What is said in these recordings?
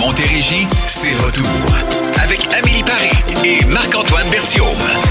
Montérégie, c'est retour. Avec Amélie Paris et Marc-Antoine Berthiaume.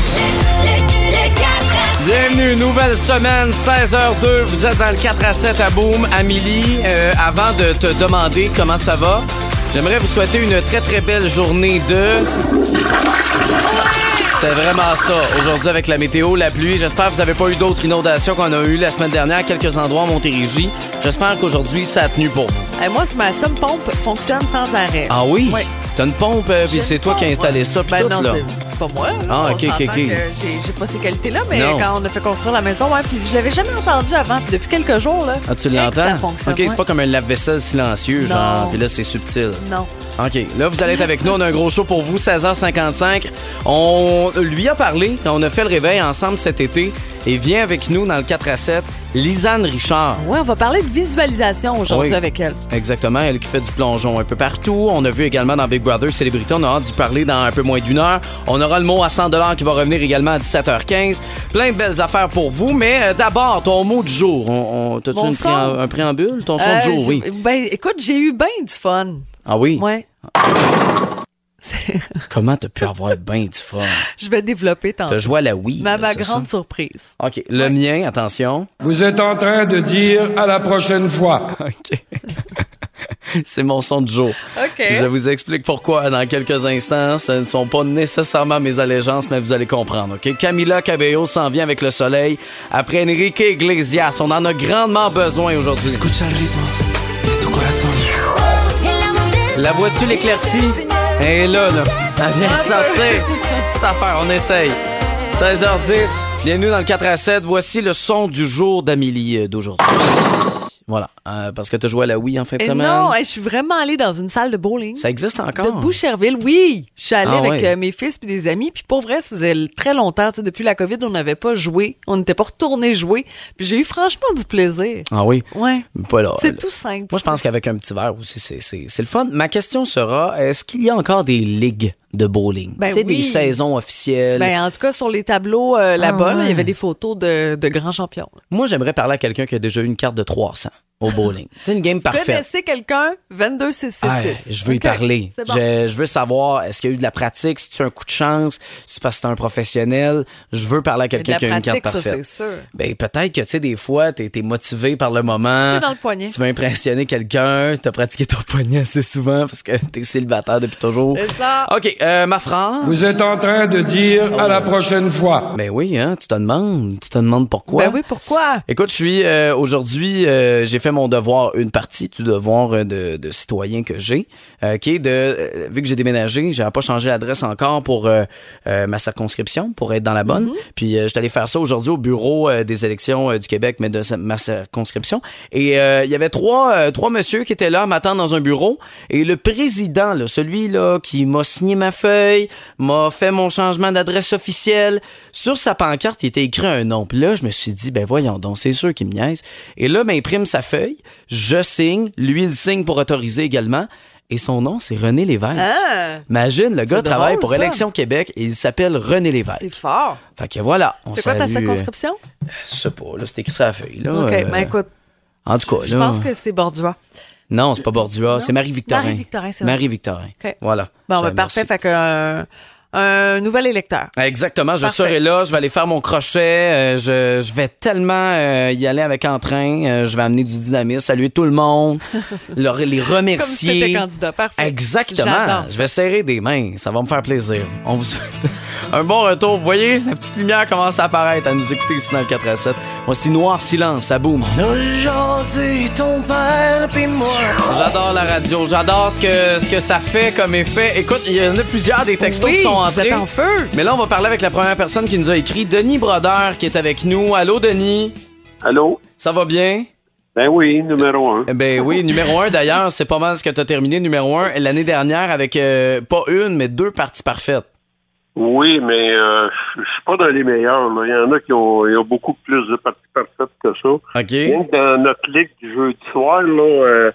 Bienvenue, nouvelle semaine, 16h02. Vous êtes dans le 4 à 7 à Boom. Amélie, avant de te demander comment ça va, j'aimerais vous souhaiter une très très belle journée de... C'était vraiment ça. Aujourd'hui, avec la météo, la pluie, j'espère que vous n'avez pas eu d'autres inondations qu'on a eues la semaine dernière à quelques endroits en Montérégie. J'espère qu'aujourd'hui, ça a tenu pour vous. Moi, ma sump pompe fonctionne sans arrêt. Ah oui? Oui. T'as une pompe, puis c'est toi qui as installé ça, puis tout, non, là? c'est pas moi. Là. Ah, On OK. s'entend que j'ai pas ces qualités-là, mais Non. quand on a fait construire la maison, puis je l'avais jamais entendu avant, puis depuis quelques jours, là. Ah, tu rien que l'entends? ça fonctionne. OK, c'est pas comme un lave-vaisselle silencieux, Non. genre, puis là, c'est subtil. Non. OK, là, vous allez être avec nous. On a un gros show pour vous, 16h55. On lui a parlé quand on a fait le réveil ensemble cet été et vient avec nous dans le 4 à 7, Lisanne Richard. Ouais, on va parler de visualisation aujourd'hui avec elle. Exactement, elle qui fait du plongeon un peu partout. On a vu également dans Big Brother Célébrité, on a hâte d'y parler dans un peu moins d'une heure. On aura le mot à 100$ qui va revenir également à 17h15. Plein de belles affaires pour vous, mais d'abord, ton mot du jour. T'as-tu un préambule? Ton son du jour, oui. Ben, écoute, j'ai eu bien du fun. Ah oui? Ouais. Comment t'as pu avoir bien du fun? Je vais développer tantôt. T'as joué à la Wii. Ma là, grande ça? surprise. OK. Le mien, attention. Vous êtes en train de dire à la prochaine fois. OK. C'est mon son du jour. OK. Je vous explique pourquoi dans quelques instants. Ce ne sont pas nécessairement mes allégeances, mais vous allez comprendre. OK? Camila Cabello s'en vient avec le soleil. Après Enrique Iglesias, on en a grandement besoin aujourd'hui. La vois-tu, l'éclaircie? Elle est là. Elle vient de sortir. Petite affaire, on essaye. 16h10, bienvenue dans le 4 à 7. Voici le son du jour d'Amélie d'aujourd'hui. Voilà, parce que tu as joué à la Wii en fin de semaine. Non, je suis vraiment allée dans une salle de bowling. Ça existe encore? De Boucherville, oui. Je suis allée avec ouais. mes fils puis des amis. Puis pour vrai, ça faisait très longtemps. Tu sais, depuis la COVID, on n'avait pas joué. On n'était pas retourné jouer. Puis j'ai eu franchement du plaisir. Ah oui? Ouais. Pas là. C'est tout simple. Moi, je pense qu'avec un petit verre aussi, c'est le fun. Ma question sera, est-ce qu'il y a encore des ligues de bowling? Ben tu sais, oui. des saisons officielles? Ben, en tout cas, sur les tableaux là-bas, là, il y avait des photos de grands champions. Moi, j'aimerais parler à quelqu'un qui a déjà eu une carte de 300 au bowling. C'est une game Vous parfaite. connaissez quelqu'un? 22666. Je veux y OK, parler. c'est bon. Je veux savoir, est-ce qu'il y a eu de la pratique? Si tu as un coup de chance? C'est parce que c'est un professionnel? Je veux parler à quelqu'un qui a une carte pratique, ça, parfaite. c'est sûr. Ben, peut-être que, tu sais, des fois, t'es motivé par le moment. Tout est dans le poignet. Tu veux impressionner quelqu'un. T'as pratiqué ton poignet assez souvent parce que t'es célibataire depuis toujours. C'est ça. OK, ma phrase. Vous êtes en train de dire à la prochaine fois. Ben oui, hein, tu te demandes pourquoi. Ben oui, pourquoi? Écoute, je suis aujourd'hui, j'ai fait mon devoir, une partie du devoir de citoyen que j'ai, qui est de, vu que j'ai déménagé, j'avais pas changé l'adresse encore pour ma circonscription, pour être dans la bonne. Puis je suis allé faire ça aujourd'hui au bureau des élections du Québec, mais de ma circonscription. Et il y avait trois messieurs qui étaient là à m'attendre dans un bureau. Et le président, là, celui là qui m'a signé ma feuille, m'a fait mon changement d'adresse officielle, sur sa pancarte, il était écrit un nom. Puis là, je me suis dit, ben voyons donc, c'est sûr qu'il me niaise. Et là, m'imprime sa feuille, je signe, lui, il signe pour autoriser également. Et son nom, c'est René Lévesque. Ah, Imagine, le gars drôle, travaille pour ça. Élections Québec et il s'appelle René Lévesque. c'est fort. Fait que voilà. C'est quoi ta circonscription? Je sais pas, là, c'est écrit sur la feuille. Là, OK, ben écoute, en tout cas, je pense que c'est Bordua. Non, c'est pas Bordua, c'est Marie-Victorin. Marie-Victorin, c'est vrai. Marie-Victorin. OK. Voilà. Bon, Je ben la parfait. remercie. Fait que un nouvel électeur. Exactement, je Parfait. serai là, je vais aller faire mon crochet, je vais tellement y aller avec entrain, je vais amener du dynamisme, saluer tout le monde, les remercier. Comme si t'étais candidat, parfait. Exactement, J'adore ça. je vais serrer des mains, ça va me faire plaisir. On vous souhaite un bon retour. Vous voyez, la petite lumière commence à apparaître à nous écouter ici dans le 4 à 7. Voici Noir Silence, ça boum. Ton père pis moi. J'adore la radio, j'adore ce que ça fait comme effet. Écoute, il y en a plusieurs des textos Oui, qui sont vous entrés. êtes en feu. Mais là, on va parler avec la première personne qui nous a écrit, Denis Brodeur, qui est avec nous. Allô, Denis? Allô? Ça va bien? Ben oui, numéro 1. Ben oui, numéro 1 d'ailleurs, c'est pas mal ce que tu as terminé, numéro 1, l'année dernière avec pas une, mais 2 parties parfaites. Oui, mais je suis pas dans les meilleurs. Là. Il y en a qui ont beaucoup plus de parties parfaites que ça. OK. Rien que dans notre ligue du jeudi soir, là,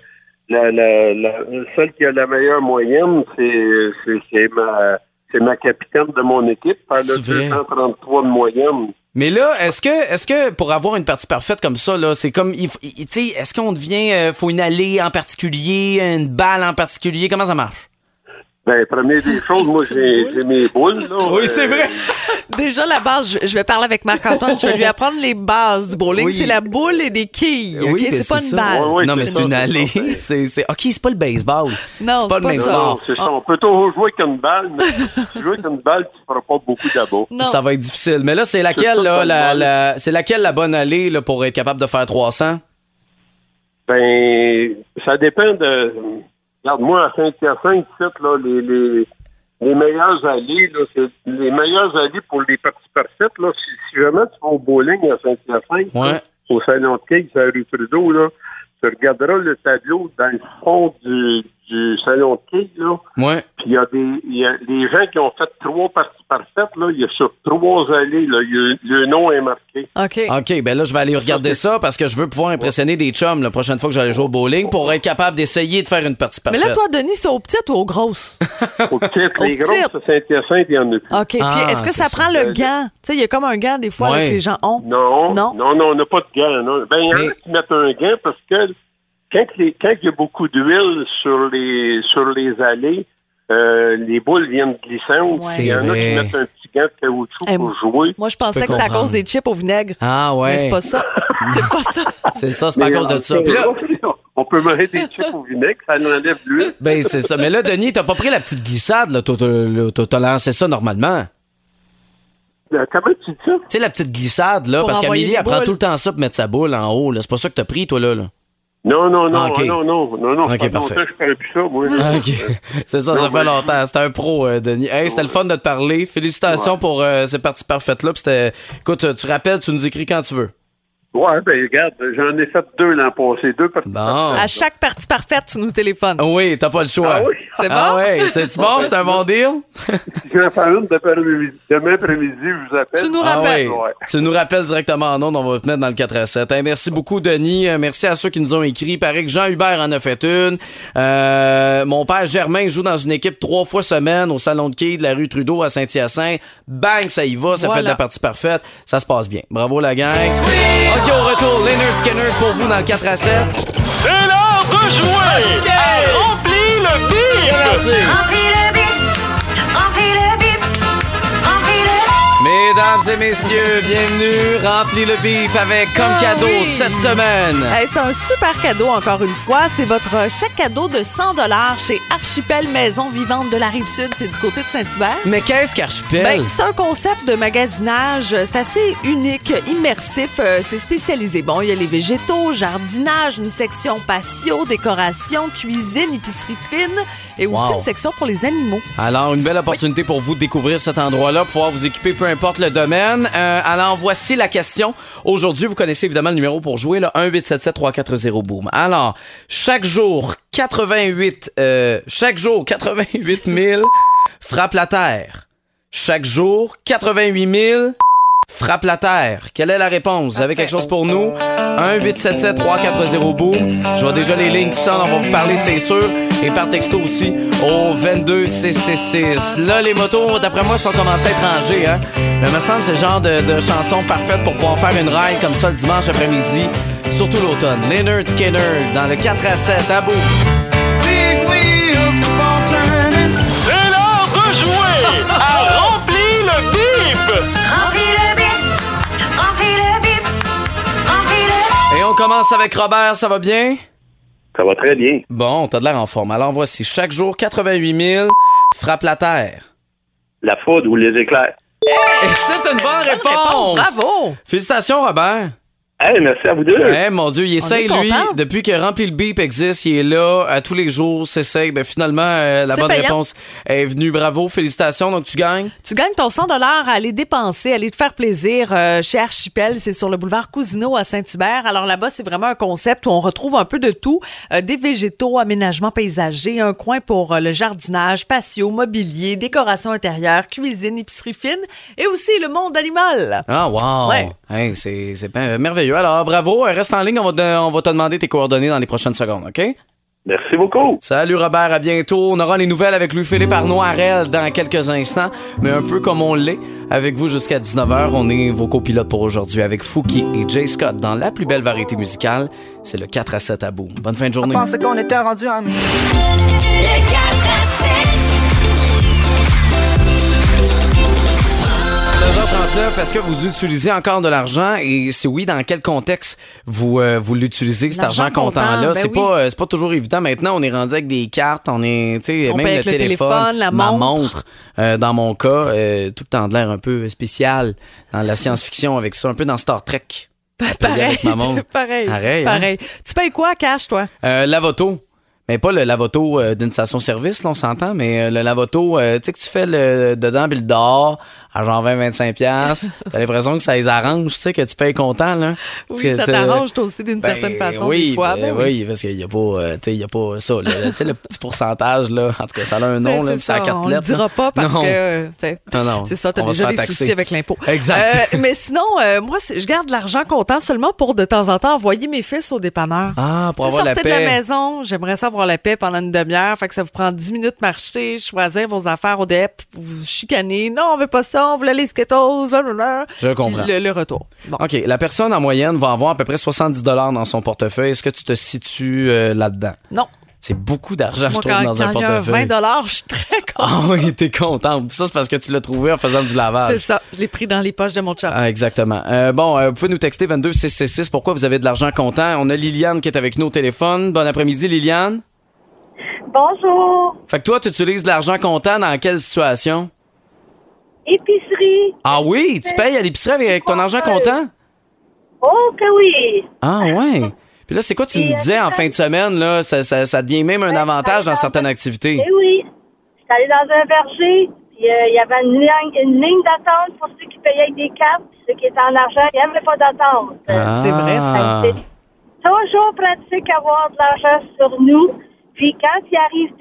celle qui a la meilleure moyenne, c'est ma capitaine de mon équipe. Elle a C'est vrai? 233 de moyenne. Mais là, est-ce que pour avoir une partie parfaite comme ça, là, c'est comme, tu sais, est-ce qu'on devient, faut une allée en particulier, une balle en particulier, comment ça marche? Ben, première des choses, moi, j'ai mes boules, là. Oui, c'est vrai. Déjà, la base, je vais parler avec Marc-Antoine, je vais lui apprendre les bases du bowling. Oui. C'est la boule et des quilles, OK? Oui, C'est pas une balle. Oui, non, mais c'est une allée. OK, c'est pas le baseball. Non, c'est pas le même ça. sport. Non, c'est ça. On peut toujours jouer avec une balle, mais si tu joues avec une balle, tu feras pas beaucoup d'abord. Non. Ça va être difficile. Mais là, c'est laquelle, là, c'est laquelle la bonne allée là, pour être capable de faire 300? Ben, ça dépend de... Regarde, moi, à Saint-Hyacinthe, là, les meilleures allées, là, c'est les meilleures allées pour les parties parfaites, là. Si jamais tu vas au bowling à Saint-Hyacinthe, Ouais. là, au Salon de Quai, c'est à rue Trudeau, là, tu regarderas le tableau dans le fond du Salon de Quai, là. Ouais. Puis il y a des gens qui ont fait 3 parties parfaites, là. Il y a sur 3 allées, là, le nom est marqué. OK. OK, ben là, je vais aller regarder ça parce que je veux pouvoir impressionner des chums la prochaine fois que j'allais jouer au bowling pour être capable d'essayer de faire une partie Mais parfaite. là, toi, Denis, c'est aux petites ou aux grosses? Aux petites, les Aux grosses, petites. à Saint-Hyacinthe, il y en a plus. OK. Puis est-ce que c'est ça prend ça. le gant? Tu sais, il y a comme un gant, des fois, là, Ouais. que les gens ont. Non, Non? on n'a pas de gants. Non. Ben, il y en Mais- a qui mettent un gant parce que quand il y a beaucoup d'huile sur les allées, les boules viennent glissantes. Ouais. Il y en a C'est qui vrai. mettent un petit gant de caoutchouc Eh, pour jouer. Moi, je pensais peux que c'était à comprendre. cause des chips au vinaigre. Ah ouais. Mais c'est pas ça. C'est pas ça. C'est ça, c'est pas à Mais cause de en ça. fait, Puis là, on peut manger des chips au vinaigre, ça enlève l'huile. ben c'est ça. Mais là, Denis, t'as pas pris la petite glissade, là. T'as lancé ça normalement. Comment tu dis ça? Tu sais, la petite glissade, là, Pour parce envoyer qu'Amélie, des elle prend boules. tout le temps ça pour mettre sa boule en haut, là. C'est pas ça que t'as pris, toi, là. Non. Ah, ok. Non. Ok, Ça fait parfait. longtemps que je ferais plus ça, moi. OK. C'est ça, ça fait longtemps. C'était un pro, Denis. Hey, c'était le fun de te parler. Félicitations pour ces parties parfaites-là. Puis c'était... Écoute, tu rappelles, tu nous écris quand tu veux. Ouais, ben regarde, j'en ai fait 2 l'an passé, 2 parties. Bon. À chaque partie parfaite, tu nous téléphones. Oui, t'as pas le choix. Ah oui? C'est Ah bon? ouais, c'est bon, c'est un bon deal? Si j'en fais une demain après-midi, je vous appelle. Tu nous Ah rappelles. ouais. Ouais. Tu nous rappelles directement en ondes, on va te mettre dans le 4 à 7. Hey, merci beaucoup, Denis. Merci à ceux qui nous ont écrit. Il paraît que Jean Hubert en a fait une. Mon père Germain joue dans une équipe 3 fois semaine au Salon de Quai de la rue Trudeau à Saint-Hyacinthe. Bang, ça y va, ça Voilà. fait de la partie parfaite. Ça se passe bien. Bravo, la gang. OK, au retour, Leonard Skinner pour vous dans le 4 à 7. C'est l'heure de jouer! Remplis le bip! Remplis le bip, remplis le bip, remplis le Mesdames et messieurs, bienvenue. Remplis le bip avec comme cadeau oui. cette semaine. Hey, c'est un super cadeau, encore une fois. C'est votre chèque cadeau de 100 chez Archipel Maison Vivante de la Rive-Sud. C'est du côté de Saint-Hubert. Mais qu'est-ce qu'Archipel? Ben, c'est un concept de magasinage. C'est assez unique, immersif. C'est spécialisé. Bon, il y a les végétaux, jardinage, une section patio, décoration, cuisine, épicerie fine et aussi Wow. une section pour les animaux. Alors, une belle opportunité pour vous de découvrir cet endroit-là, pour pouvoir vous équiper peu importe le domaine. Alors, voici la question. Aujourd'hui, vous connaissez évidemment le numéro pour jouer, le 1-877-340-BOOM. Alors, chaque jour, 88 000 frappent la terre. Chaque jour, 88 000 frappent la terre. Quelle est la réponse? Vous avez quelque chose pour nous? 1-877-340-BOOM. Je vois déjà les lignes qui sonnent. On va vous parler, c'est sûr. Et par texto aussi au 22666. Là, les motos, d'après moi, sont commencées à être rangées. Hein? Mais il me semble que c'est le genre de chanson parfaite pour pouvoir faire une ride comme ça le dimanche après-midi. Surtout l'automne. Leonard Skinner dans le 4 à 7 à bout. C'est l'heure de jouer! À Remplis le bip! remplis le bip, remplis le bip, remplis le Et on commence avec Robert, ça va bien? Ça va très bien. Bon, t'as de l'air en forme. Alors voici, chaque jour, 88 000 frappent la terre. La foudre ou les éclairs. Et c'est une bonne réponse! Bravo! Félicitations, Robert! Hey, merci à vous deux. Eh mon Dieu, il essaye, est lui, content. depuis que Rempli le Bip existe, il est là à tous les jours, s'essaye. Ben, finalement, la C'est bonne payant. réponse est venue. Bravo, félicitations. Donc, tu gagnes. Tu gagnes ton 100 à aller dépenser, aller te faire plaisir chez Archipel. C'est sur le boulevard Cousineau à Saint-Hubert. Alors là-bas, c'est vraiment un concept où on retrouve un peu de tout. Des végétaux, aménagement paysager, un coin pour le jardinage, patio, mobilier, décoration intérieure, cuisine, épicerie fine et aussi le monde animal. Ah, wow! Ouais. Hey, c'est merveilleux. Alors, bravo. Reste en ligne, on va te demander tes coordonnées dans les prochaines secondes, OK? Merci beaucoup. Salut Robert, à bientôt. On aura les nouvelles avec Louis-Philippe Arnoirel dans quelques instants, mais un peu comme on l'est, avec vous jusqu'à 19h. On est vos copilotes pour aujourd'hui avec Fouki et Jay Scott dans la plus belle variété musicale. C'est le 4 à 7 à bout. Bonne fin de journée. Je pensais qu'on était rendu amis. Le 4 à 7. 16h39, est-ce que vous utilisez encore de l'argent? Et si oui, dans quel contexte vous l'utilisez, cet argent comptant-là? Ben C'est pas toujours évident. Maintenant, on est rendu avec des cartes, on est, tu sais, On même paye le avec le téléphone, téléphone, la ma montre. montre. Dans mon cas, tout le temps de l'air un peu spécial dans la science-fiction avec ça, un peu dans Star Trek. Pareil, avec ma montre. pareil. Pareil, hein? Tu payes quoi, cash, toi? Lavoto. Mais pas le lavoto d'une station-service, là, on s'entend, mais le lavoto, tu sais que tu fais le dedans puis le dehors à genre 20-25$. T'as l'impression que ça les arrange, tu sais, que tu payes content, là. Oui, ça t'arrange, toi aussi, d'une certaine façon, oui, des fois. oui, parce qu'il n'y a pas, tu sais, il y a pas ça, là. Tu sais, le petit pourcentage, là, en tout cas, ça a un nom, là, puis ça a 4 on lettres. le dira pas parce Non. que, tu sais, Non. c'est ça, t'as On va déjà se des faire soucis taxer. avec l'impôt. Exact. Mais sinon, moi, je garde l'argent comptant seulement pour, de temps en temps, envoyer mes fils au dépanneur. Ah, pour Tu sais, avoir la sortez de la paix. maison, j'aimerais ça avoir la paix pendant une demi-heure. Fait que ça vous prend 10 minutes de marcher, choisir vos affaires au DEP, vous chicanez. Non, on veut pas ça, on voulait les Skittles, blablabla. Je comprends. Puis le retour. Bon. OK, la personne en moyenne va avoir à peu près 70$ dans son portefeuille. Est-ce que tu te situes là-dedans? Non. C'est beaucoup d'argent, je Moi, trouve, quand dans un il y a un portefeuille. 20$, je suis très contente. Ah oui, t'es content. Ça, c'est parce que tu l'as trouvé en faisant du lavage. C'est ça, je l'ai pris dans les poches de mon chum. Ah, exactement. Vous pouvez nous texter 22666. Pourquoi vous avez de l'argent comptant? On a Liliane qui est avec nous au téléphone. Bon après-midi, Liliane. Bonjour. Fait que toi, tu utilises de l'argent comptant dans quelle situation? Épicerie. Ah oui? Tu payes à l'épicerie avec ton argent comptant? Oh que oui. Ah ouais. Puis là, c'est quoi tu nous disais en fin de semaine, là? Ça devient même un avantage dans certaines activités. Eh oui. J'étais allée dans un verger, puis il y avait une ligne d'attente pour ceux qui payaient avec des cartes, puis ceux qui étaient en argent, il n'y avait pas d'attente. C'est vrai, ça. C'est toujours pratique d'avoir de l'argent sur nous. Puis quand il arrive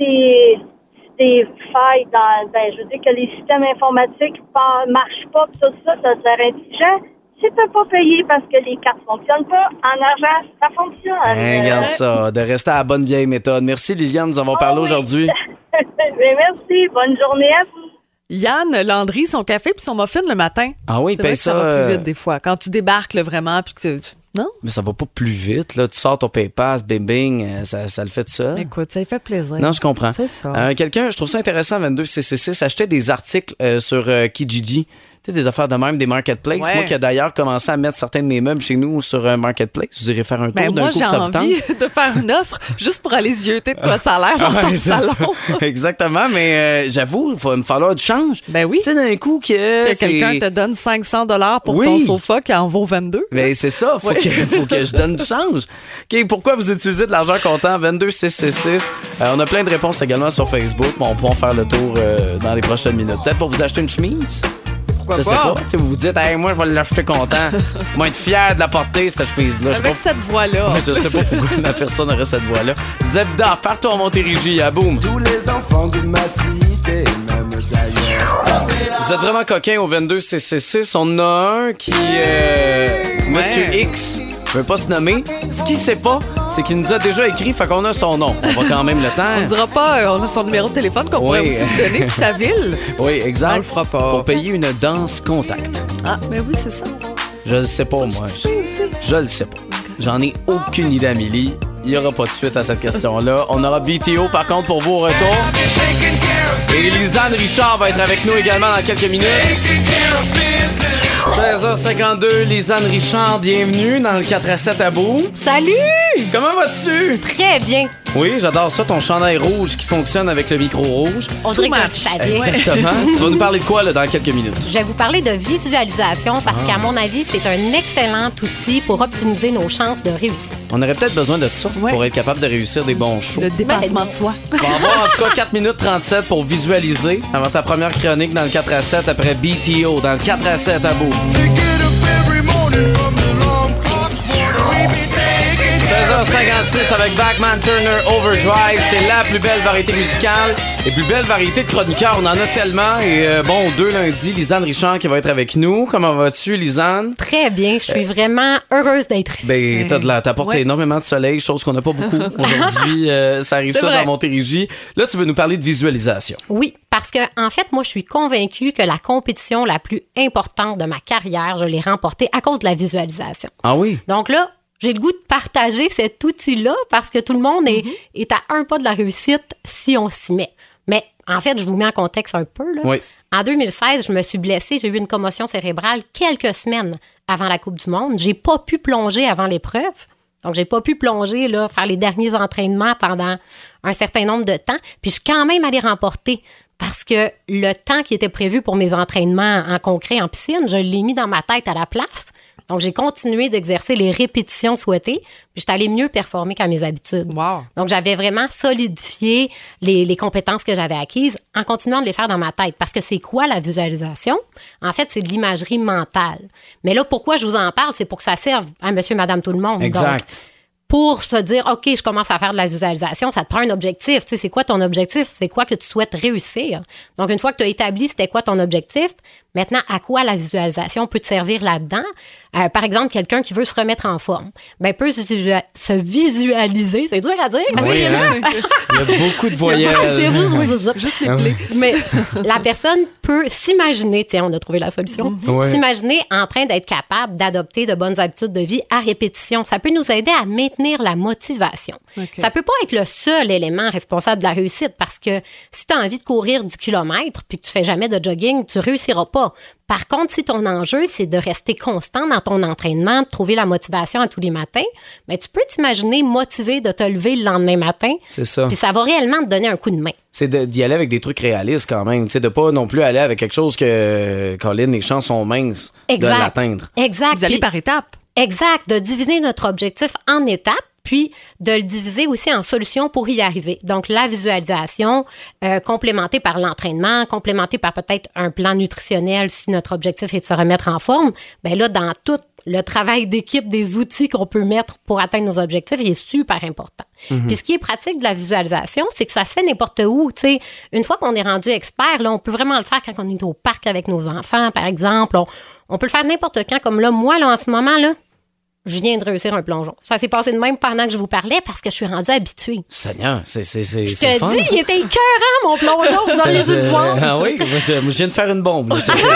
des failles dans, je veux dire que les systèmes informatiques marchent pas, pis tout ça, ça serait intelligent. Tu peux pas payer parce que les cartes fonctionnent pas. En argent, ça fonctionne. Regarde ça, de rester à la bonne vieille méthode. Merci Liliane de nous avoir parlé aujourd'hui. Mais merci, bonne journée à vous. Yann Landry, son café puis son muffin le matin. Ah oui, C'est vrai paye que ça va plus vite des fois. Quand tu débarques là, vraiment, puis que non? Mais ça va pas plus vite, là. Tu sors ton PayPass, bing bing, ça le fait tout seul. Écoute, ça lui fait plaisir. Non, je comprends. C'est ça. Quelqu'un, je trouve ça intéressant, 22666, achetait des articles sur Kijiji. Tu sais, des affaires de même, des marketplaces. Ouais. Moi qui ai d'ailleurs commencé à mettre certains de mes meubles chez nous sur Marketplace. Vous irez faire un tour Ben d'un moi, coup j'ai que ça vous tente. envie de faire une offre juste pour aller zioter de quoi ça a l'air dans Ouais, ton c'est salon. ça. Exactement, mais j'avoue, il va me falloir du change. Ben oui. Tu sais, d'un coup, Que c'est... quelqu'un te donne 500$ pour Oui. ton sofa qui en vaut 22. Ben c'est ça, faut que je donne du change. OK, pourquoi vous utilisez de l'argent comptant? 22666. On a plein de réponses également sur Facebook, mais on pourra faire le tour dans les prochaines minutes. Peut-être pour vous acheter une chemise? Pourquoi Je sais pas. Tu sais, vous vous dites, hey, moi, je vais l'acheter content. Moi, être fier de la porter, cette chemise-là. Je sais Avec pas- cette voix-là. Je sais pas pourquoi la personne aurait cette voix-là. Zebda, partout en Montérégie, à boum. Tous les enfants de ma cité, même d'ailleurs. Vous êtes vraiment coquin au 22666. On en a un qui, Monsieur X, je veux pas se nommer. Ce qu'il sait pas, c'est qu'il nous a déjà écrit, fait qu'on a son nom. On va quand même le On temps. ne dira pas, on a son numéro de téléphone qu'on pourrait aussi vous donner, puis sa ville. Oui, exact. On le fera pas. Pour payer une danse contact. Ah, mais oui, c'est ça. Je le sais pas, moi. Tu sais aussi. Je le sais pas. J'en ai aucune idée, Amélie. Il n'y aura pas de suite à cette question-là. On aura BTO, par contre, pour vous au retour. Et Lisanne Richard va être avec nous également dans quelques minutes. 16h52, Lisanne Richard, bienvenue dans le 4 à 7 à bout. Salut! Comment vas-tu? Très bien. Oui, j'adore ça, ton chandail rouge qui fonctionne avec le micro rouge. On dirait que je le savais. Exactement. Tu vas nous parler de quoi là, dans quelques minutes? Je vais vous parler de visualisation parce qu'à mon avis, c'est un excellent outil pour optimiser nos chances de réussite. On aurait peut-être besoin de ça pour être capable de réussir des bons shows. Le dépassement de soi. Tu vas avoir en tout cas 4 minutes 37 pour visualiser avant ta première chronique dans le 4 à 7 après BTO dans le 4 à 7 à bout. 16h56 avec Bachman Turner Overdrive. C'est la plus belle variété musicale et plus belle variété de chroniqueurs. On en a tellement. Et bon, 2 lundis, Lisanne Richard qui va être avec nous. Comment vas-tu, Lisanne? Très bien. Je suis vraiment heureuse d'être ici. Ben, t'apportes énormément de soleil, chose qu'on n'a pas beaucoup aujourd'hui. Ça arrive ça dans Montérégie. Là, tu veux nous parler de visualisation. Oui, parce que en fait, moi, je suis convaincue que la compétition la plus importante de ma carrière, je l'ai remportée à cause de la visualisation. Ah oui? Donc là, j'ai le goût de partager cet outil-là parce que tout le monde est à un pas de la réussite si on s'y met. Mais en fait, je vous mets en contexte un peu. Là. Oui. En 2016, je me suis blessée. J'ai eu une commotion cérébrale quelques semaines avant la Coupe du monde. J'ai pas pu plonger avant l'épreuve. Donc, j'ai pas pu plonger, là, faire les derniers entraînements pendant un certain nombre de temps. Puis, je suis quand même allée remporter parce que le temps qui était prévu pour mes entraînements en concret, en piscine, je l'ai mis dans ma tête à la place. Donc, j'ai continué d'exercer les répétitions souhaitées, puis j'étais allée mieux performer qu'à mes habitudes. Wow. Donc, j'avais vraiment solidifié les compétences que j'avais acquises en continuant de les faire dans ma tête. Parce que c'est quoi la visualisation? En fait, c'est de l'imagerie mentale. Mais là, pourquoi je vous en parle? C'est pour que ça serve à monsieur, madame, tout le monde. Exact. Donc, pour se dire, OK, je commence à faire de la visualisation, ça te prend un objectif. Tu sais, c'est quoi ton objectif? C'est quoi que tu souhaites réussir? Donc, une fois que tu as établi c'était quoi ton objectif, maintenant, à quoi la visualisation peut te servir là-dedans? Par exemple, quelqu'un qui veut se remettre en forme, ben peut se visualiser. C'est dur à dire. Oui, hein? Il y a beaucoup de voyelles. Juste les plaies. Mais la personne peut s'imaginer, tiens, on a trouvé la solution, s'imaginer en train d'être capable d'adopter de bonnes habitudes de vie à répétition. Ça peut nous aider à maintenir la motivation. Okay. Ça peut pas être le seul élément responsable de la réussite parce que si tu as envie de courir 10 km puis que tu fais jamais de jogging, tu réussiras pas. Par contre, si ton enjeu, c'est de rester constant dans ton entraînement, de trouver la motivation à tous les matins, bien, tu peux t'imaginer motivé de te lever le lendemain matin. C'est ça. Puis ça va réellement te donner un coup de main. C'est d'y aller avec des trucs réalistes quand même. Tu sais, de pas non plus aller avec quelque chose que, Colin, les chances sont minces de l'atteindre. Exact. Vous allez par étapes. Exact. De diviser notre objectif en étapes. Puis de le diviser aussi en solutions pour y arriver. Donc, la visualisation, complémentée par l'entraînement, complémentée par peut-être un plan nutritionnel si notre objectif est de se remettre en forme, bien là, dans tout le travail d'équipe, des outils qu'on peut mettre pour atteindre nos objectifs, il est super important. Mm-hmm. Puis ce qui est pratique de la visualisation, c'est que ça se fait n'importe où. T'sais. Une fois qu'on est rendu expert, là, on peut vraiment le faire quand on est au parc avec nos enfants, par exemple. On peut le faire n'importe quand. Comme là, moi, là, en ce moment, là, je viens de réussir un plongeon. Ça s'est passé de même pendant que je vous parlais parce que je suis rendue habituée. Seigneur, c'est fun. Je te dis, il était écœurant, mon plongeon. Vous auriez dû le voir. Ah oui? Moi, je viens de faire une bombe.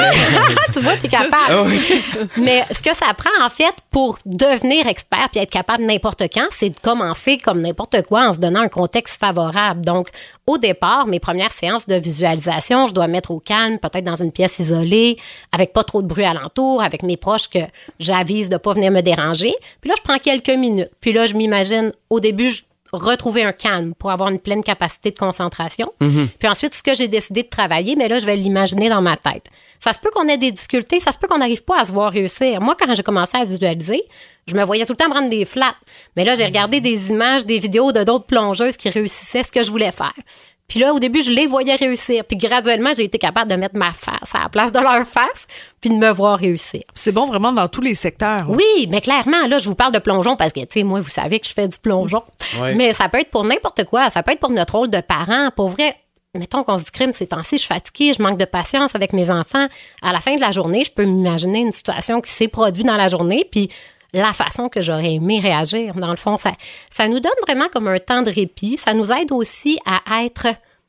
Tu vois, t'es capable. Oui. Mais ce que ça prend, en fait, pour devenir expert puis être capable n'importe quand, c'est de commencer comme n'importe quoi en se donnant un contexte favorable. Donc, au départ, mes premières séances de visualisation, je dois me mettre au calme, peut-être dans une pièce isolée, avec pas trop de bruit alentour, avec mes proches que j'avise de pas venir me déranger. Puis là, je prends quelques minutes. Puis là, je m'imagine, au début, retrouver un calme pour avoir une pleine capacité de concentration. Mm-hmm. Puis ensuite, ce que j'ai décidé de travailler, mais là, je vais l'imaginer dans ma tête. Ça se peut qu'on ait des difficultés, ça se peut qu'on n'arrive pas à se voir réussir. Moi, quand j'ai commencé à visualiser, je me voyais tout le temps prendre des flats. Mais là, j'ai regardé des images, des vidéos de d'autres plongeuses qui réussissaient ce que je voulais faire. Puis là, au début, je les voyais réussir. Puis graduellement, j'ai été capable de mettre ma face à la place de leur face puis de me voir réussir. C'est bon vraiment dans tous les secteurs. Oui, mais clairement, là, je vous parle de plongeon parce que, tu sais, moi, vous savez que je fais du plongeon. Oui. Mais ça peut être pour n'importe quoi. Ça peut être pour notre rôle de parent. Pour vrai, mettons qu'on se dit crime ces temps-ci, je suis fatiguée, je manque de patience avec mes enfants. À la fin de la journée, je peux m'imaginer une situation qui s'est produite dans la journée puis la façon que j'aurais aimé réagir. Dans le fond, ça nous donne vraiment comme un temps de répit. Ça nous aide aussi à être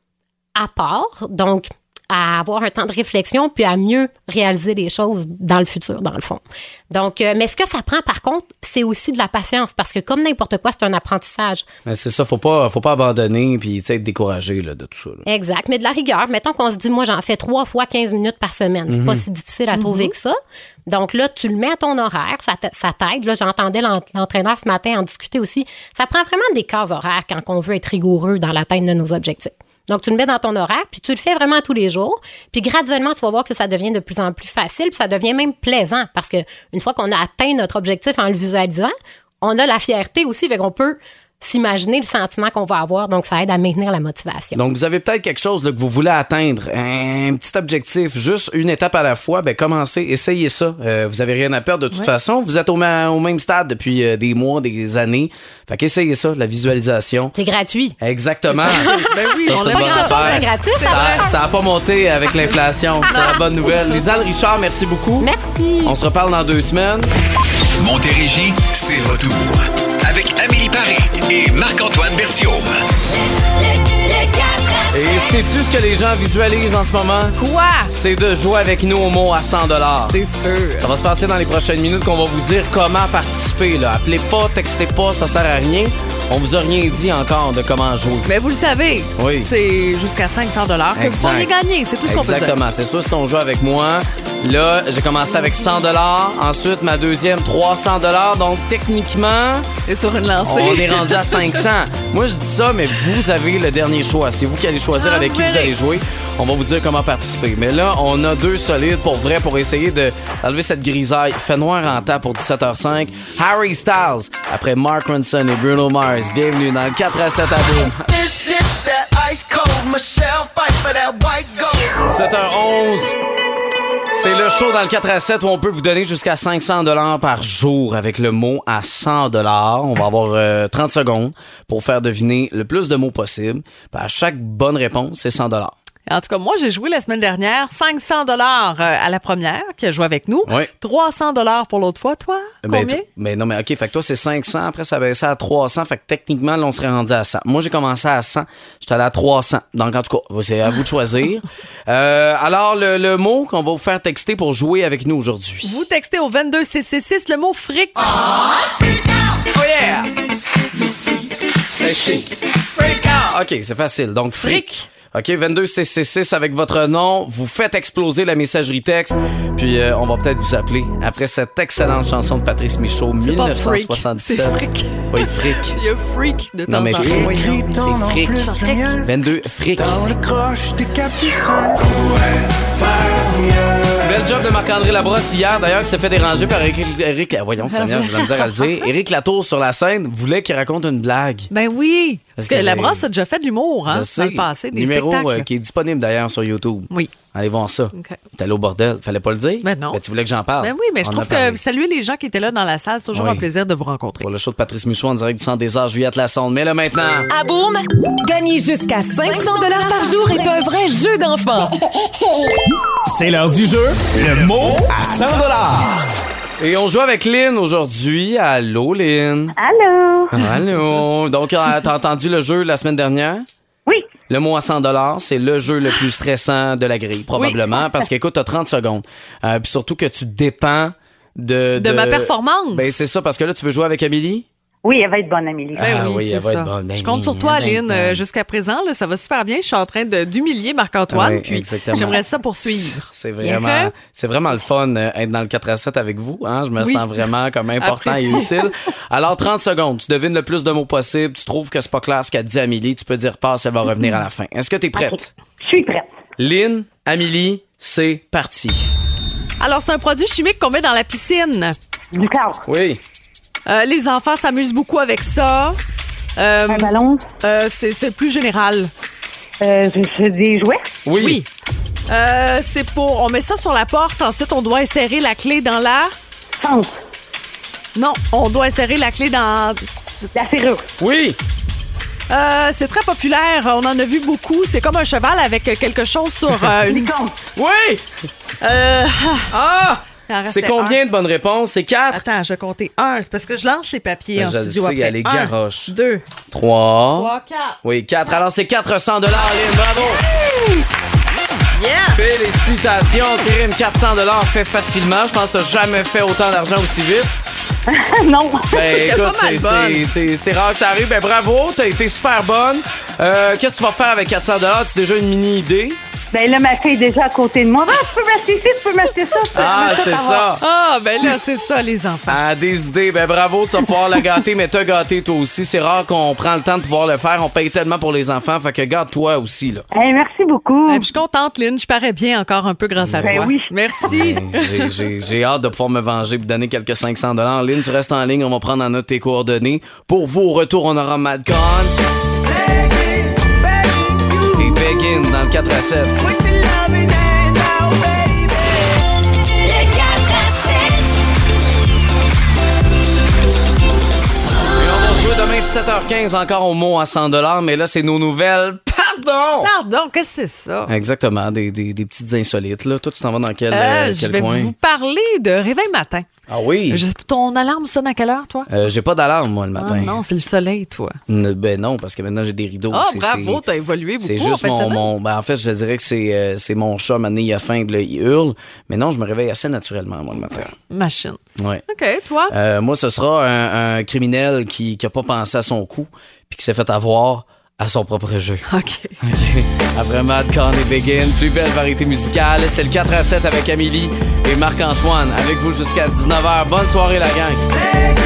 à part, donc à avoir un temps de réflexion puis à mieux réaliser les choses dans le futur, dans le fond. Donc, mais ce que ça prend, par contre, c'est aussi de la patience parce que comme n'importe quoi, c'est un apprentissage. Mais c'est ça, faut pas abandonner puis être découragé là, de tout ça. Là. Exact, mais de la rigueur. Mettons qu'on se dit, moi, j'en fais 3 fois 15 minutes par semaine. C'est pas si difficile à trouver que ça. Donc là, tu le mets à ton horaire, ça t'aide. Là, j'entendais l'entraîneur ce matin en discuter aussi. Ça prend vraiment des cases horaires quand on veut être rigoureux dans l'atteinte de nos objectifs. Donc, tu le mets dans ton horaire, puis tu le fais vraiment tous les jours. Puis graduellement, tu vas voir que ça devient de plus en plus facile, puis ça devient même plaisant. Parce qu'une fois qu'on a atteint notre objectif en le visualisant, on a la fierté aussi, fait qu'on peut s'imaginer le sentiment qu'on va avoir. Donc, ça aide à maintenir la motivation. Donc, vous avez peut-être quelque chose là, que vous voulez atteindre, un petit objectif, juste une étape à la fois. Ben, commencez, essayez ça. Vous avez rien à perdre de toute façon. Vous êtes au même stade depuis des mois, des années. Fait qu'essayez ça, la visualisation. C'est gratuit. Exactement. Ben oui, Ça, on c'est l'a une pas bonne grand-chose affaire. de gratuit, Ça n'a pas monté avec l'inflation. C'est la bonne nouvelle. Lisanne Richard, merci beaucoup. Merci. On se reparle dans 2 semaines. Montérégie, c'est retour. Avec Amélie Paris et Marc-Antoine Berthiaume. Et sais-tu ce que les gens visualisent en ce moment? Quoi? C'est de jouer avec nous au mot à 100 $. C'est sûr. Ça va se passer dans les prochaines minutes qu'on va vous dire comment participer. Là. Appelez pas, textez pas, ça sert à rien. On vous a rien dit encore de comment jouer. Mais vous le savez, Oui. c'est jusqu'à 500 $ que vous pourriez gagner. C'est tout ce qu'on peut dire. Exactement. C'est sûr, si on joue avec moi, là, j'ai commencé avec 100 $. Ensuite, ma deuxième, 300 $. Donc, techniquement, Et sur une lancée. on est rendu à 500. Moi, je dis ça, mais vous avez le dernier choix. C'est vous qui allez choisir avec qui vous allez jouer. On va vous dire comment participer. Mais là, on a 2 solides pour vrai pour essayer d'enlever cette grisaille. Il fait noir en temps pour 17h05. Harry Styles, après Mark Ronson et Bruno Mars. Bienvenue dans le 4 à 7 à Boom. 17h11. C'est le show dans le 4 à 7 où on peut vous donner jusqu'à 500 $ par jour avec le mot à 100 $. On va avoir 30 secondes pour faire deviner le plus de mots possible. Puis à chaque bonne réponse, c'est 100 $. En tout cas, moi, j'ai joué la semaine dernière 500 $ à la première qui a joué avec nous. Oui. 300 $ pour l'autre fois. Toi, combien? Mais non, mais OK, fait que toi, c'est 500. Après, ça baissait à 300. Fait que techniquement, là, on serait rendu à 100. Moi, j'ai commencé à 100. J'étais allé à 300. Donc, en tout cas, c'est à vous de choisir. Alors, le mot qu'on va vous faire texter pour jouer avec nous aujourd'hui. Vous textez au 22666 le mot fric. Oh yeah! C'est chic. Freak out. OK, c'est facile. Donc, fric. OK, 22666 avec votre nom. Vous faites exploser la messagerie texte. Puis, on va peut-être vous appeler après cette excellente chanson de Patrice Michaud, C'est pas freak, 1977. c'est fric. Oui, fric. Il y a freak de temps Non, mais en temps. fric, Voyons. c'est fric. 22, fric. Bel job de Marc-André Labrosse hier, d'ailleurs, qui s'est fait déranger par Éric. Voyons, Seigneur, j'ai de la misère à le dire. Éric Latour sur la scène voulait qu'il raconte une blague. Ben oui, parce que que la brosse a déjà fait de l'humour, hein, Je sais. dans le passé, des Numéro spectacles. qui est disponible d'ailleurs sur YouTube. Oui. Allez voir ça. OK. T'es allé au bordel. Fallait pas le dire? Ben non. Ben, tu voulais que j'en parle. Ben oui, mais je On trouve en a parlé. que saluer les gens qui étaient là dans la salle, c'est toujours Oui. un plaisir de vous rencontrer. Pour le show de Patrice Michaud en direct du Centre des Arts, Juliette Lassonde. Mais là, maintenant... À Boom, gagner jusqu'à 500 $ par jour est un vrai jeu d'enfant. C'est l'heure du jeu. Le mot à 100 $. Et on joue avec Lynn aujourd'hui. Allô, Lynn. Allô? Allô. Donc, t'as entendu le jeu la semaine dernière? Oui. Le mot à 100 $, c'est le jeu le plus stressant de la grille, probablement. Parce qu'écoute, t'as 30 secondes. Puis surtout que tu dépends de ma performance. Ben, c'est ça, parce que là, tu veux jouer avec Amélie? Oui, elle va être bonne, Amélie. Ben oui, elle c'est va ça. être bonne. Ben je compte oui, sur toi, elle va être Lynn. bonne. Jusqu'à présent, là, ça va super bien. Je suis en train d'humilier Marc-Antoine. Oui, Puis exactement. j'aimerais ça poursuivre. C'est vraiment le fun être dans le 4 à 7 avec vous. Hein? Je me sens vraiment comme important et Apprécié. utile. Alors, 30 secondes. Tu devines le plus de mots possible. Tu trouves que c'est pas clair ce qu'a dit Amélie. Tu peux dire passe, elle va revenir à la fin. Est-ce que tu es prête? OK. Je suis prête. Lynn, Amélie, c'est parti. Alors, c'est un produit chimique qu'on met dans la piscine. Du corps. Oui. Les enfants s'amusent beaucoup avec ça. Un ballon. C'est plus général. C'est des jouets. Oui. C'est pour... On met ça sur la porte. Ensuite, on doit insérer la clé dans la... Sens. Non, on doit insérer la clé dans... La serrure. Oui. C'est très populaire. On en a vu beaucoup. C'est comme un cheval avec quelque chose sur une... Licorne. Oui. Il en C'est restait combien un. de bonnes réponses? C'est 4? Attends, je vais compter 1. C'est parce que je lance les papiers en Je le studio sais, après. elle est garoche. 2, 3. 3, 4. Oui, 4. Alors, c'est 400 $, Lynn. Bravo. Yeah! Félicitations, Kérine. 400 $ fait facilement. Je pense que t'as jamais fait autant d'argent aussi vite. Non. Ben, T'es écoute, pas mal bonne. c'est rare que ça arrive. Ben, bravo, t'as été super bonne. Qu'est-ce que tu vas faire avec 400 $? Tu as déjà une mini-idée? Ben là, ma fille est déjà à côté de moi. Ah, tu peux m'acheter ci, tu peux m'acheter ça. Ah, c'est ça. Ah, ben là, c'est ça, les enfants. Ah, des idées. Ben bravo, tu vas pouvoir la gâter, mais t'as gâté toi aussi. C'est rare qu'on prend le temps de pouvoir le faire. On paye tellement pour les enfants, fait que gâte-toi aussi, là. Hey, merci beaucoup. Je suis contente, Lynn. Je parais bien encore un peu grâce à Ben toi. oui. Merci. Ben, j'ai hâte de pouvoir me venger et donner quelques 500 $. Lynn, tu restes en ligne. On va prendre en note tes coordonnées. Pour vous, au retour, on aura Madcon et Begin dans le 4 à 7. Demain, 17h15, encore au mot à 100 $, mais là, c'est nos nouvelles. Pardon! Pardon, qu'est-ce que c'est ça? Exactement, des petites insolites. Là. Toi, tu t'en vas dans quel Je vais coin? vous parler de réveil matin. Ah oui? Ton alarme sonne à quelle heure, toi? J'ai pas d'alarme, moi, le matin. Ah non, c'est le soleil, toi. Ben non, parce que maintenant, j'ai des rideaux. Ah, bravo, t'as évolué beaucoup. C'est juste en fait, je dirais que c'est mon chat, maintenant, il a faim, là, il hurle. Mais non, je me réveille assez naturellement, moi, le matin. Machine. Ouais. OK, toi? Moi, ce sera un criminel qui a pas pensé à son coup puis qui s'est fait avoir à son propre jeu. OK. Après Madcon et Begin, plus belle variété musicale, c'est le 4 à 7 avec Amélie et Marc-Antoine. Avec vous jusqu'à 19h. Bonne soirée, la gang.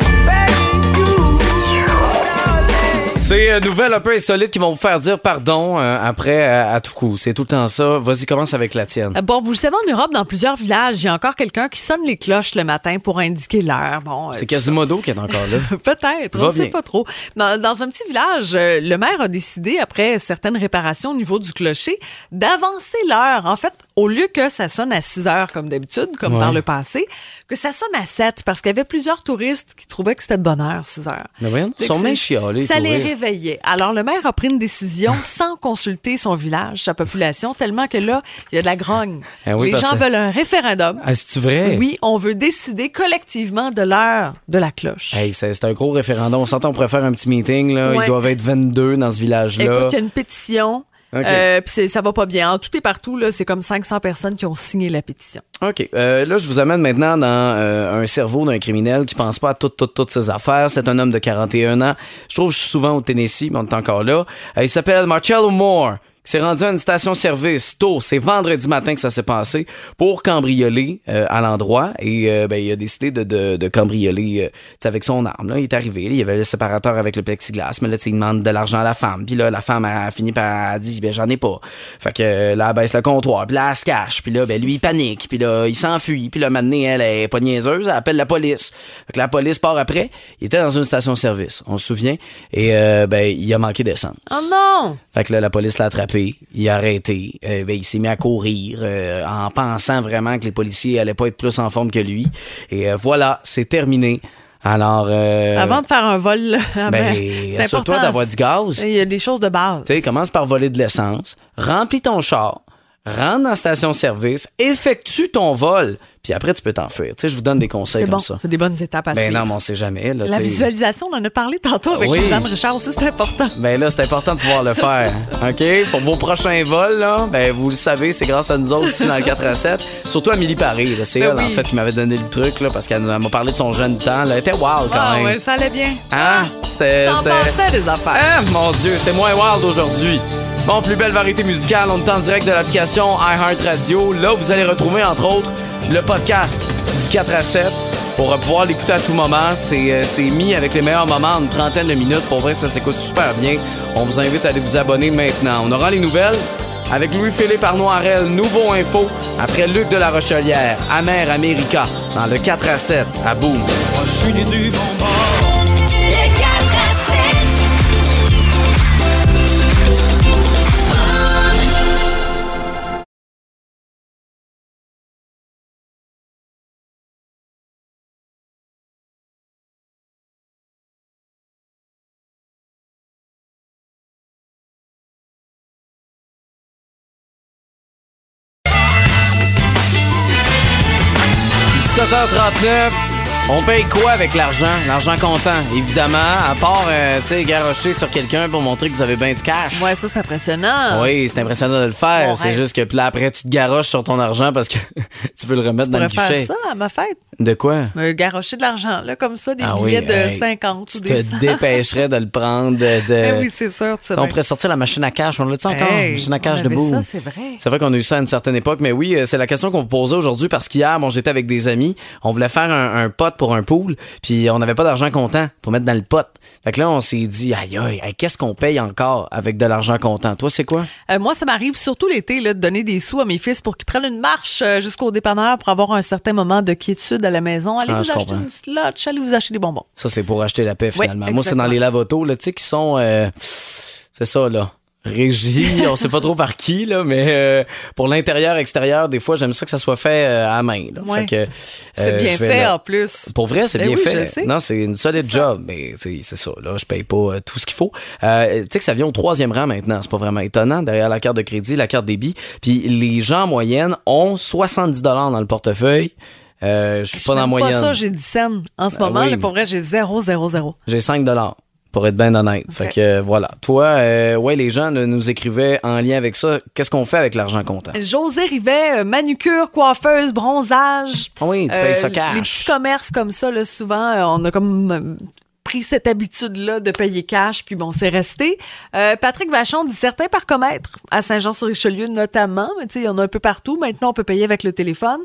C'est une nouvelle un peu insolite qui vont vous faire dire pardon après à tout coup. C'est tout le temps ça. Vas-y, commence avec la tienne. Bon, vous le savez, en Europe, dans plusieurs villages, il y a encore quelqu'un qui sonne les cloches le matin pour indiquer l'heure. Bon, c'est Quasimodo qui est encore là. Peut-être, on ne sait pas trop. Dans un petit village, le maire a décidé, après certaines réparations au niveau du clocher, d'avancer l'heure. En fait, au lieu que ça sonne à 6 heures comme d'habitude, comme par le passé, que ça sonne à 7 parce qu'il y avait plusieurs touristes qui trouvaient que c'était de bonne heure, 6 heures. Mais voyons, ils sont même chialés, ça les les touristes. réveillait. Alors, le maire a pris une décision sans consulter son village, sa population, tellement que là, il y a de la grogne. Oui, les gens veulent un référendum. Ah, c'est-tu vrai? Oui, on veut décider collectivement de l'heure de la cloche. Hey, c'est un gros référendum. On s'entend, on pourrait faire un petit meeting. Là. Ouais. Ils doivent être 22 dans ce village-là. Écoute, il y a une pétition. Okay. Puis ça va pas bien. En tout et partout, là, c'est comme 500 personnes qui ont signé la pétition. OK. Là, je vous amène maintenant dans un cerveau d'un criminel qui pense pas à toutes ses affaires. C'est un homme de 41 ans. Je trouve que je suis souvent au Tennessee, mais on est encore là. Il s'appelle Marcello Moore. Il s'est rendu à une station-service tôt. C'est vendredi matin que ça s'est passé pour cambrioler à l'endroit. Et il a décidé de cambrioler avec son arme. Là. Il est arrivé. Là, il y avait le séparateur avec le plexiglas. Mais là, il demande de l'argent à la femme. Puis là, la femme a fini par dire j'en ai pas. Fait que là, elle baisse le comptoir. Puis là, elle se cache. Puis là, lui, il panique. Puis là, il s'enfuit. Puis là, maintenant, elle est pas niaiseuse. Elle appelle la police. Fait que la police part après. Il était dans une station-service. On se souvient. Et il a manqué d'essence. Oh non! Fait que là, la police l'a attrapé. Il a arrêté. Il s'est mis à courir en pensant vraiment que les policiers allaient pas être plus en forme que lui. Et voilà, c'est terminé. Alors... Avant de faire un vol, c'est assure-toi important d'avoir du gaz. Il y a des choses de base. Tu sais, commence par voler de l'essence, remplis ton char, rentre dans la station-service, effectue ton vol, puis après, tu peux t'enfuir. Tu sais, je vous donne des conseils comme ça. C'est des bonnes étapes à suivre. Non, mais on sait jamais. Là, la visualisation, on en a parlé tantôt avec Suzanne Richard aussi, c'est important. Ben là, c'est important de pouvoir le faire. OK? Pour vos prochains vols, là, vous le savez, c'est grâce à nous autres ici dans le 4 à 7. Surtout Amélie Paré. C'est elle, en fait, qui m'avait donné le truc, là, parce qu'elle m'a parlé de son jeune temps. Là. Elle était wild quand même. Ouais, ça allait bien. Hein? C'était. Ça en passait des affaires. Ah, mon Dieu, c'est moins wild aujourd'hui. Bon, plus belle variété musicale, on est en direct de l'application iHeartRadio. Là, vous allez retrouver, entre autres, le podcast du 4 à 7 pour pouvoir l'écouter à tout moment. C'est mis avec les meilleurs moments, une trentaine de minutes. Pour vrai, ça s'écoute super bien. On vous invite à aller vous abonner maintenant. On aura les nouvelles avec Louis-Philippe Arnoirel, Nouveau Info, après Luc de la Rochelière, Amer America, dans le 4 à 7 à Boom. Je suis né du bon bord. Le 4 à 7. 17h39, On paye quoi avec l'argent? L'argent comptant, évidemment, à part, tu sais, garrocher sur quelqu'un pour montrer que vous avez bien du cash. Ouais, ça, c'est impressionnant. Oui, c'est impressionnant de le faire. Bon, c'est juste que puis là, après, tu te garroches sur ton argent parce que tu veux le remettre dans le Tu pourrais guichet. faire ça à ma fête. De quoi? Garrocher de l'argent, là, comme ça, des billets de 50 ou des 100. Tu te dépêcherais de le prendre. Oui, c'est sûr. On pourrait sortir la machine à cash. On l'a-tu encore? Hey, machine à cash on avait debout. ça, c'est vrai. C'est vrai qu'on a eu ça à une certaine époque. Mais oui, c'est la question qu'on vous posait aujourd'hui parce qu'hier, j'étais avec des amis. On voulait faire un pot pour un pool. Puis on n'avait pas d'argent comptant pour mettre dans le pot. Fait que là, on s'est dit, aïe, qu'est-ce qu'on paye encore avec de l'argent comptant? Toi, c'est quoi? Moi, ça m'arrive surtout l'été là, de donner des sous à mes fils pour qu'ils prennent une marche jusqu'au dépanneur pour avoir un certain moment de quiétude à la maison. Allez vous acheter une slotch, allez vous acheter des bonbons. Ça, c'est pour acheter la paix, finalement. Oui, moi, c'est dans les lavotos, là, tu sais, qui sont... c'est ça, là. Régie, on sait pas trop par qui, là, mais pour l'intérieur, extérieur, des fois, j'aime ça que ça soit fait à main. Là. Ouais. Fait que, c'est bien fait, en plus. Pour vrai, c'est Ben bien oui, fait. je sais. Non, c'est une solide job, mais c'est ça. Là, je paye pas tout ce qu'il faut. Tu sais que ça vient au 3e rang maintenant. C'est pas vraiment étonnant. Derrière la carte de crédit, la carte débit. Puis les gens en moyenne ont 70 $ dans le portefeuille. Je suis pas dans la moyenne. Pas ça, j'ai 10 cents. En ce moment, oui. là, pour vrai, j'ai 0. J'ai 5 $. Pour être bien honnête. Okay. Fait que voilà. Toi, les gens nous écrivaient en lien avec ça. Qu'est-ce qu'on fait avec l'argent comptant? José Rivet, manucure, coiffeuse, bronzage. Oui, tu payes ça cash. Les petits commerces comme ça, là, souvent, on a comme pris cette habitude-là de payer cash, puis bon, c'est resté. Patrick Vachon dit certains parcomètres, à Saint-Jean-sur-Richelieu notamment, mais tu sais, il y en a un peu partout. Maintenant, on peut payer avec le téléphone.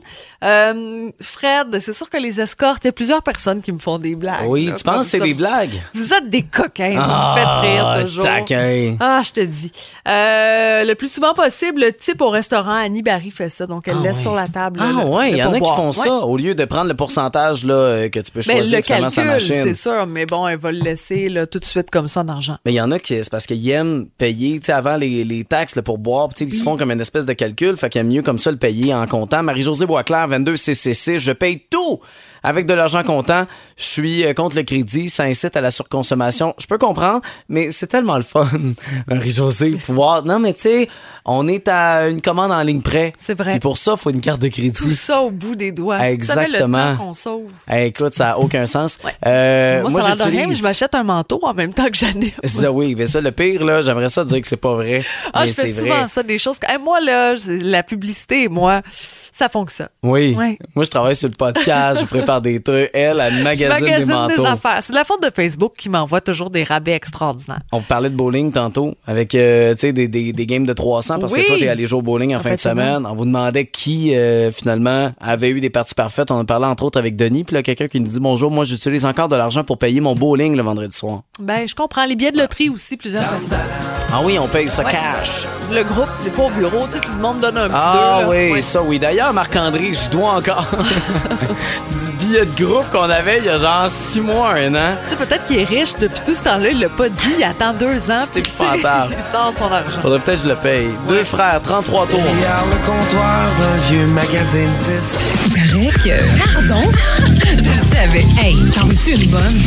Fred, c'est sûr que les escortes, il y a plusieurs personnes qui me font des blagues. Oui, là, tu penses que c'est des blagues? Vous êtes des coquins, vous me faites rire toujours. Taquin. Ah, je te dis. Le plus souvent possible, le type au restaurant, Annie Barry fait ça, donc elle laisse sur la table. Il y en a qui font ça, au lieu de prendre le pourcentage là, que tu peux choisir finalement sa machine. C'est sûr, mais bon, elle va le laisser là, tout de suite comme ça en argent. Mais il y en a qui, c'est parce qu'ils aiment payer, tu sais, avant les taxes là, pour boire, tu sais, ils se font comme une espèce de calcul, fait qu'il y a mieux comme ça le payer en comptant. Marie-Josée Boisclair, 22CCC, je paye tout avec de l'argent comptant. Je suis contre le crédit, ça incite à la surconsommation. Je peux comprendre, mais c'est tellement le fun, Marie-Josée, pouvoir... Non, mais tu sais, on est à une commande en ligne près. C'est vrai. Et pour ça, il faut une carte de crédit. Tout ça au bout des doigts. Exactement. Tu savais le temps qu'on sauve. Écoute, ça n'a aucun sens. Ouais. Moi, ça a l'air de rien, je m'achète un manteau en même temps que Janine. Ça, oui, mais ça, le pire, là, j'aimerais ça dire que c'est pas vrai. Ah, mais je fais c'est souvent vrai. ça, des choses. Moi, là, la publicité, moi, ça fonctionne. Oui. Ouais. Moi, je travaille sur le podcast, je prépare des trucs. Elle magasine des manteaux. Des affaires. C'est de la faute de Facebook qui m'envoie toujours des rabais extraordinaires. On parlait de bowling tantôt avec tu sais, des games de 300 parce que toi, t'es allé jouer au bowling en fin de semaine. On vous demandait qui, finalement, avait eu des parties parfaites. On a parlé entre autres avec Denis. Puis là, quelqu'un qui nous dit bonjour, moi, j'utilise encore de l'argent pour payer mon bowling le vendredi soir. Ben, je comprends. Les billets de loterie aussi, plusieurs personnes. Ah oui, on paye ça cash. Le groupe, des fois au bureau, tu sais, tout le monde donne un petit Ah deux. oui, là. ça oui. D'ailleurs, Marc-André, je dois encore du billet de groupe qu'on avait il y a genre 6 mois, 1 an. Tu sais, peut-être qu'il est riche depuis tout ce temps-là, il l'a pas dit, il attend 2 ans. C'était épouvantable. Il sort son argent. Faudrait peut-être que je le paye. 2 frères, 33 tours. Derrière le comptoir d'un vieux magazine disque. Il paraît que... Pardon? Je le savais. Hey, t'en veux-tu une bonne?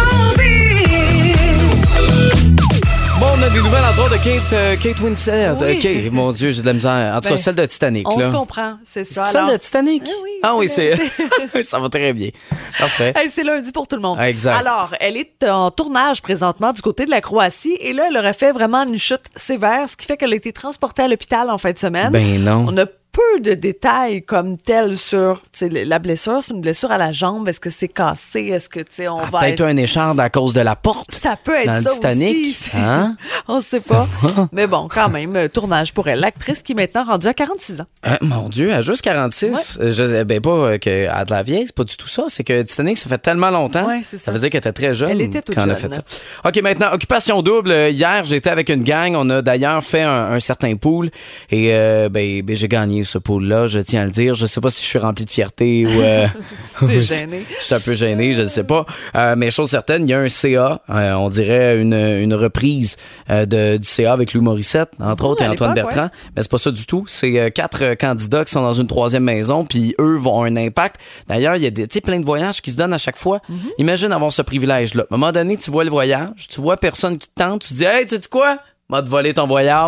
Bon, on a des nouvelles entre autres de Kate Winslet. Oui. Kate, mon Dieu, j'ai de la misère. En tout cas, celle de Titanic. On là. se comprend, c'est ça. C'est celle de Titanic? Oui, ah oui, c'est... c'est- ça va très bien. Parfait. Hey, c'est lundi pour tout le monde. Exact. Alors, elle est en tournage présentement du côté de la Croatie et là, elle aurait fait vraiment une chute sévère, ce qui fait qu'elle a été transportée à l'hôpital en fin de semaine. Ben non. On a peu de détails comme tel sur la blessure. C'est une blessure à la jambe. Est-ce que c'est cassé? Est-ce que, tu sais, on va Peut-être être... un écharde à cause de la porte. Ça peut être dans ça le Titanic. aussi. Hein? On sait pas. Mais bon, quand même, tournage pour elle. L'actrice qui est maintenant rendue à 46 ans. Mon Dieu, à juste 46, ben pas qu'elle a de la vieille, c'est pas du tout ça. C'est que Titanic, ça fait tellement longtemps. Ouais, c'est ça. veut dire qu'elle était très jeune Elle était toute quand elle a jeune. fait ça. OK, maintenant, occupation double. Hier, j'étais avec une gang. On a d'ailleurs fait un certain pool. Et ben, j'ai gagné ce pool-là, je tiens à le dire. Je sais pas si je suis rempli de fierté ou... T'es gêné. Je suis un peu gêné, je ne sais pas. Mais chose certaine, il y a un CA, on dirait une reprise du CA avec Lou Morissette, entre autres, et Antoine Bertrand. Ouais. Mais c'est pas ça du tout. C'est 4 candidats qui sont dans une 3e maison, puis eux vont avoir un impact. D'ailleurs, il y a plein de voyages qui se donnent à chaque fois. Imagine avoir ce privilège-là. À un moment donné, tu vois le voyage, tu vois personne qui te tente, tu dis « Hey, tu sais quoi? Va te voler ton voyage. »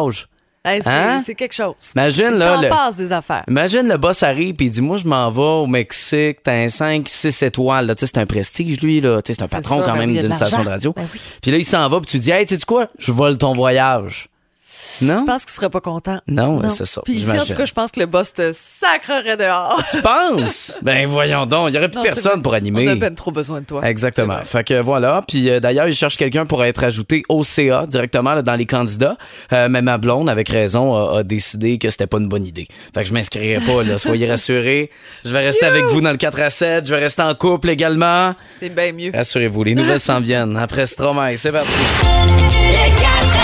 Hey, Hein? c'est quelque chose. Imagine, Il là, s'en le- passe des affaires. Imagine le boss arrive et il dit moi je m'en vais au Mexique, t'as un 5, 6 étoiles, là. Tu sais, c'est un prestige lui là, tu sais, c'est un patron ça, quand ben même oui, il y a de d'une station de l'argent. radio. Ben oui. Puis là il s'en va puis tu dis hey, tu sais quoi, je vole ton voyage. Non? Je pense qu'il serait pas content. Non, c'est ça. Puis ici, en j'imagine. tout cas, je pense que le boss te sacrerait dehors. Tu penses? Ben voyons donc, il y aurait plus Non, c'est personne vrai. pour animer. On a ben trop besoin de toi. Exactement. Fait que voilà. Puis d'ailleurs, il cherche quelqu'un pour être ajouté au CA directement là, dans les candidats. Mais ma blonde, avec raison, a décidé que c'était pas une bonne idée. Fait que je m'inscrirai pas, là. Soyez rassurés. Je vais rester avec vous dans le 4-7. Je vais rester en couple également. C'est bien mieux. Rassurez-vous, les nouvelles s'en viennent. Après Stromae, c'est parti. Le 4